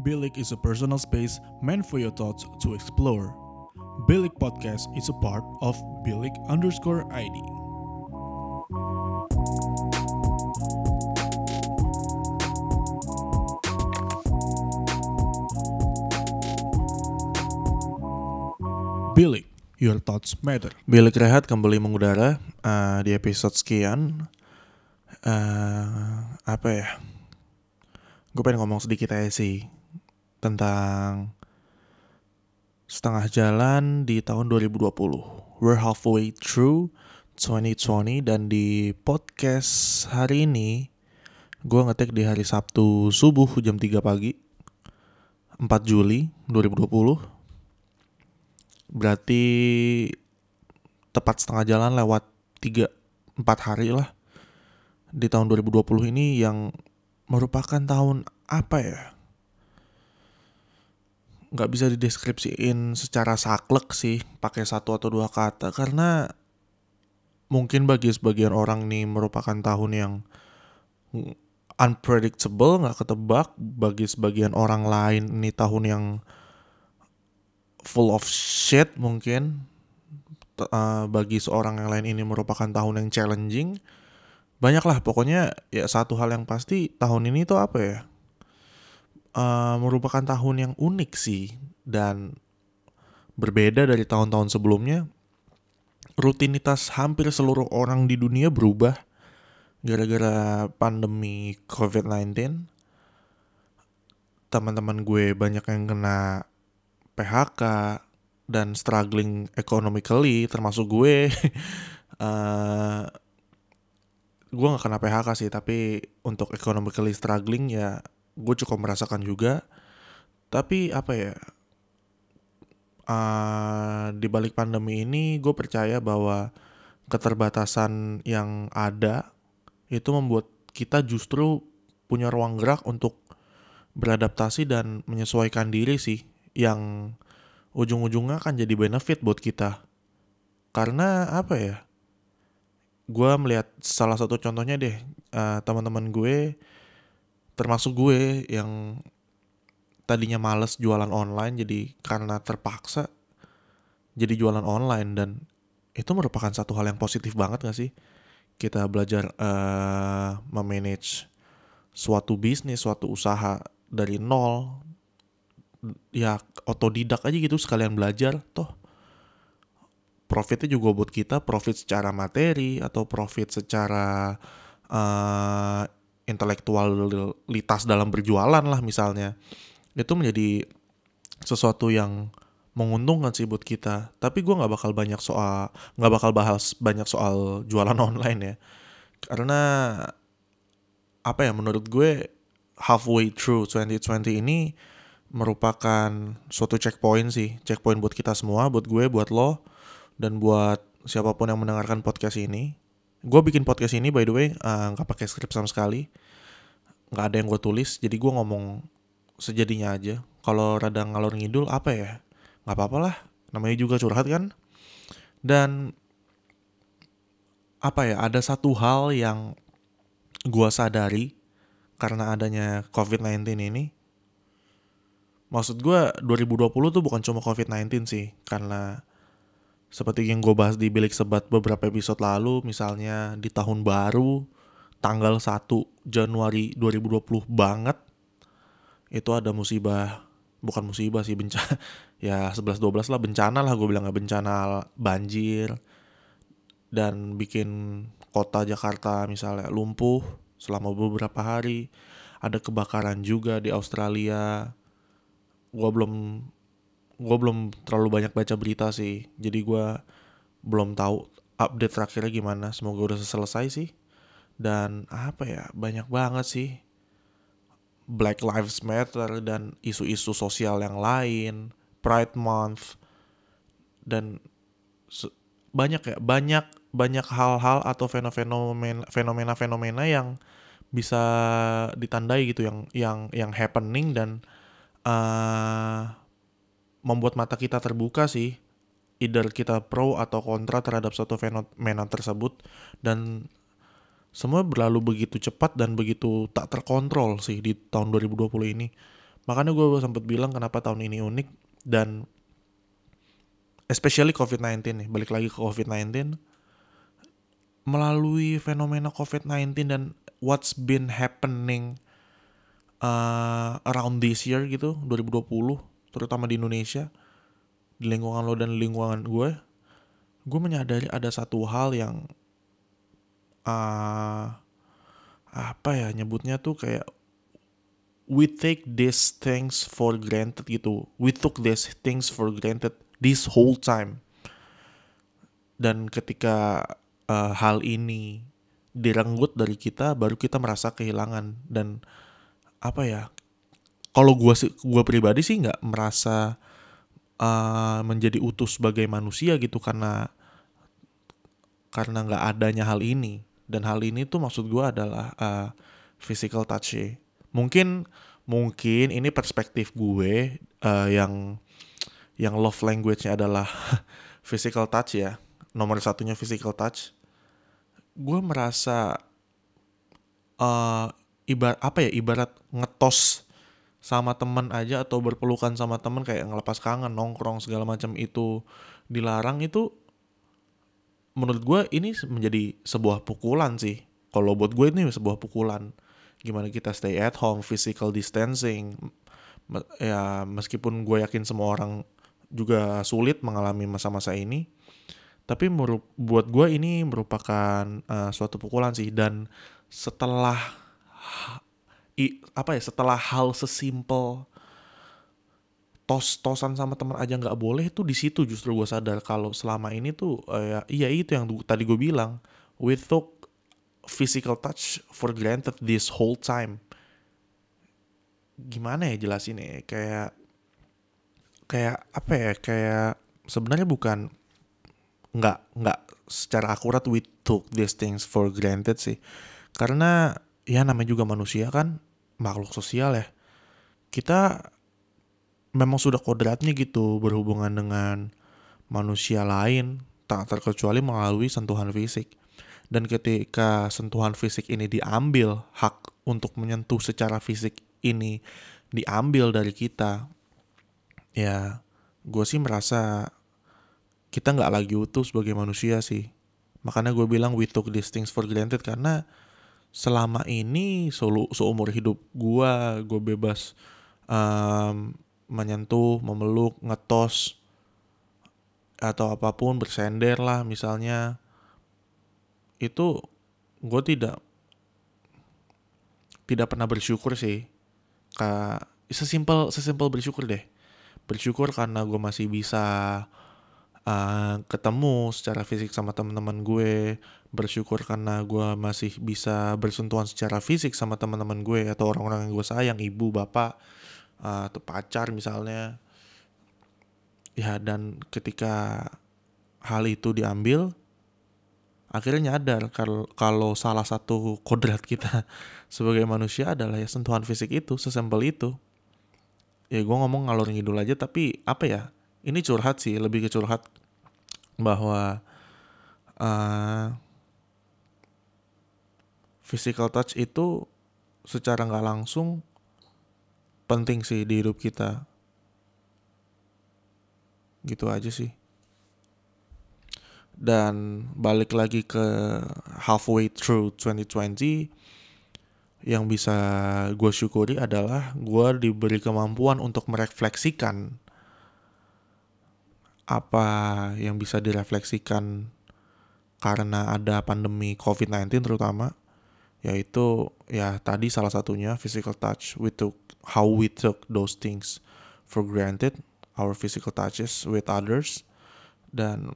Bilik is a personal space meant for your thoughts to explore. Bilik Podcast is a part of Bilik_ID. Bilik, your thoughts matter. Bilik Rehat kembali mengudara di episode sekian. Apa ya? Gue pengen ngomong sedikit aja sih tentang setengah jalan di tahun 2020. We're halfway through 2020 dan di podcast hari ini gue ngetik di hari Sabtu subuh jam 3 pagi 4 Juli 2020. Berarti tepat setengah jalan lewat 3-4 hari lah di tahun 2020 ini yang merupakan tahun apa ya? Nggak bisa dideskripsiin secara saklek sih pakai satu atau dua kata, karena mungkin bagi sebagian orang nih merupakan tahun yang unpredictable, nggak ketebak. Bagi sebagian orang lain ini tahun yang full of shit mungkin. Bagi seorang yang lain ini merupakan tahun yang challenging. Banyak lah pokoknya. Ya satu hal yang pasti tahun ini tuh apa ya, merupakan tahun yang unik sih dan berbeda dari tahun-tahun sebelumnya. Rutinitas hampir seluruh orang di dunia berubah gara-gara pandemi COVID-19. Teman-teman gue banyak yang kena PHK dan struggling economically, termasuk gue. Gue gak kena PHK sih, tapi untuk economically struggling ya gue cukup merasakan juga. Tapi apa ya, di balik pandemi ini gue percaya bahwa keterbatasan yang ada itu membuat kita justru punya ruang gerak untuk beradaptasi dan menyesuaikan diri sih, yang ujung-ujungnya akan jadi benefit buat kita. Karena apa ya, gue melihat salah satu contohnya deh, teman-teman gue termasuk gue yang tadinya males jualan online, jadi karena terpaksa jadi jualan online. Dan itu merupakan satu hal yang positif banget gak sih? Kita belajar memanage suatu bisnis, suatu usaha dari nol. Ya otodidak aja gitu, sekalian belajar. Toh profitnya juga buat kita, profit secara materi atau profit secara intelektualitas dalam berjualan lah misalnya. Itu menjadi sesuatu yang menguntungkan sih buat kita. Tapi gue nggak bakal bahas banyak soal jualan online ya, karena apa ya, menurut gue halfway through 2020 ini merupakan suatu checkpoint sih, checkpoint buat kita semua, buat gue, buat lo, dan buat siapapun yang mendengarkan podcast ini. Gue bikin podcast ini by the way nggak pakai skrip sama sekali, nggak ada yang gue tulis, jadi gue ngomong sejadinya aja. Kalau rada ngalor ngidul apa ya, nggak apa-apa lah, namanya juga curhat kan. Dan apa ya, ada satu hal yang gue sadari karena adanya COVID-19 ini. Maksud gue 2020 tuh bukan cuma COVID-19 sih, karena seperti yang gue bahas di Bilik Sebat beberapa episode lalu, misalnya di tahun baru tanggal 1 Januari 2020 banget, itu ada musibah, bukan musibah sih, bencana. Ya 11-12 lah, bencana lah gue bilang, bencana banjir. Dan bikin kota Jakarta misalnya lumpuh selama beberapa hari. Ada kebakaran juga di Australia. Gue belum terlalu banyak baca berita sih, jadi gue belum tahu update terakhirnya gimana. Semoga udah selesai sih. Dan apa ya, banyak banget sih Black Lives Matter dan isu-isu sosial yang lain, Pride Month, dan banyak hal-hal atau fenomena yang bisa ditandai gitu, yang happening dan membuat mata kita terbuka sih, either kita pro atau kontra terhadap suatu fenomena tersebut. Dan semua berlalu begitu cepat dan begitu tak terkontrol sih di tahun 2020 ini. Makanya gue sempat bilang kenapa tahun ini unik, dan especially COVID-19 nih, balik lagi ke COVID-19. Melalui fenomena COVID-19 dan what's been happening around this year gitu, 2020, terutama di Indonesia, di lingkungan lo dan lingkungan gue menyadari ada satu hal yang apa ya nyebutnya tuh, kayak we take these things for granted gitu. We took these things for granted this whole time. Dan ketika hal ini direnggut dari kita, baru kita merasa kehilangan. Dan apa ya? Kalau gue pribadi sih nggak merasa menjadi utuh sebagai manusia gitu karena nggak adanya hal ini. Dan hal ini tuh maksud gue adalah physical touch ya. Mungkin ini perspektif gue yang love language-nya adalah physical touch ya. Nomor satunya physical touch. Gue merasa ibarat ngetos sama teman aja atau berpelukan sama teman, kayak ngelepas kangen, nongkrong segala macam itu dilarang, itu menurut gue ini menjadi sebuah pukulan sih. Kalau buat gue ini sebuah pukulan. Gimana kita stay at home, physical distancing. Ya meskipun gue yakin semua orang juga sulit mengalami masa-masa ini, tapi buat gue ini merupakan suatu pukulan sih. Dan setelah setelah hal sesimpel tos-tosan sama teman aja nggak boleh, tuh di situ justru gue sadar kalau selama ini tuh iya itu yang tadi gue bilang, we took physical touch for granted this whole time. Gimana ya jelasinnya, kayak apa ya, kayak sebenarnya bukan nggak secara akurat we took these things for granted sih, karena ya namanya juga manusia kan, makhluk sosial ya. Kita memang sudah kodratnya gitu berhubungan dengan manusia lain, tak terkecuali melalui sentuhan fisik. Dan ketika sentuhan fisik ini diambil, hak untuk menyentuh secara fisik ini diambil dari kita, ya gue sih merasa kita nggak lagi utuh sebagai manusia sih. Makanya gue bilang we took these things for granted, karena selama ini seumur hidup gue bebas menyentuh, memeluk, ngetos, atau apapun, bersender lah misalnya. Itu gue tidak pernah bersyukur sih. Sesimpel bersyukur deh. Bersyukur karena gue masih bisa ketemu secara fisik sama teman-teman gue. Bersyukur karena gue masih bisa bersentuhan secara fisik sama teman-teman gue atau orang-orang yang gue sayang, ibu, bapak, atau pacar misalnya. Ya, dan ketika hal itu diambil, akhirnya nyadar kalau salah satu kodrat kita sebagai manusia adalah ya sentuhan fisik itu, sesimpel itu. Ya gue ngomong ngalor ngidul aja, tapi apa ya, ini curhat sih, lebih ke curhat bahwa physical touch itu secara nggak langsung penting sih di hidup kita. Gitu aja sih. Dan balik lagi ke halfway through 2020, yang bisa gue syukuri adalah gue diberi kemampuan untuk merefleksikan apa yang bisa direfleksikan karena ada pandemi COVID-19 terutama, yaitu ya tadi salah satunya physical touch. How we took those things for granted, our physical touches with others. Dan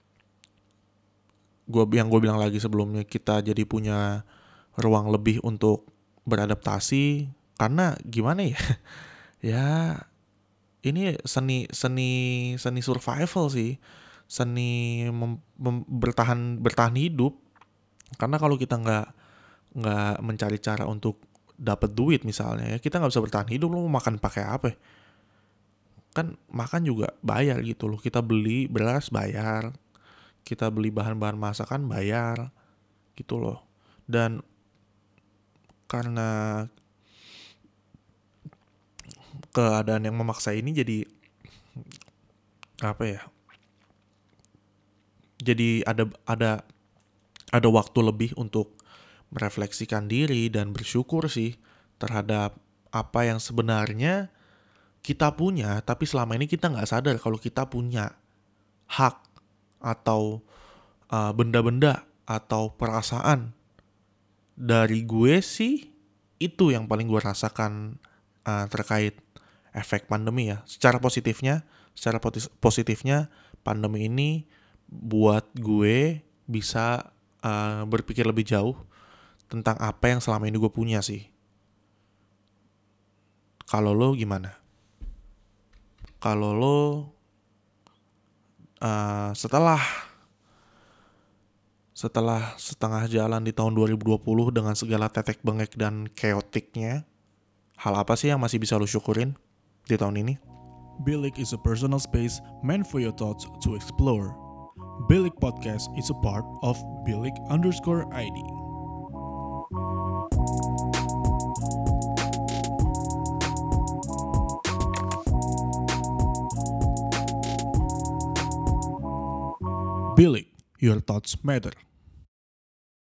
yang gue bilang lagi sebelumnya, kita jadi punya ruang lebih untuk beradaptasi, karena gimana ya ya ini seni survival sih, seni bertahan hidup. Karena kalau kita nggak mencari cara untuk dapat duit misalnya, ya kita nggak bisa bertahan hidup. Lo mau makan pakai apa? Kan makan juga bayar gitu loh. Kita beli beras bayar, kita beli bahan-bahan masakan bayar gitu loh. Dan karena keadaan yang memaksa ini jadi apa ya? Jadi ada waktu lebih untuk merefleksikan diri dan bersyukur sih terhadap apa yang sebenarnya kita punya, tapi selama ini kita nggak sadar kalau kita punya hak atau benda-benda atau perasaan. Dari gue sih itu yang paling gue rasakan terkait efek pandemi ya. Secara positifnya pandemi ini buat gue bisa berpikir lebih jauh tentang apa yang selama ini gue punya sih. Kalau lo gimana? Kalau lo setelah setengah jalan di tahun 2020 dengan segala tetek bengek dan chaoticnya, hal apa sih yang masih bisa lo syukurin di tahun ini? Bilik is a personal space meant for your thoughts to explore. Bilik Podcast is a part of Bilik_ID. Bilik, your thoughts matter.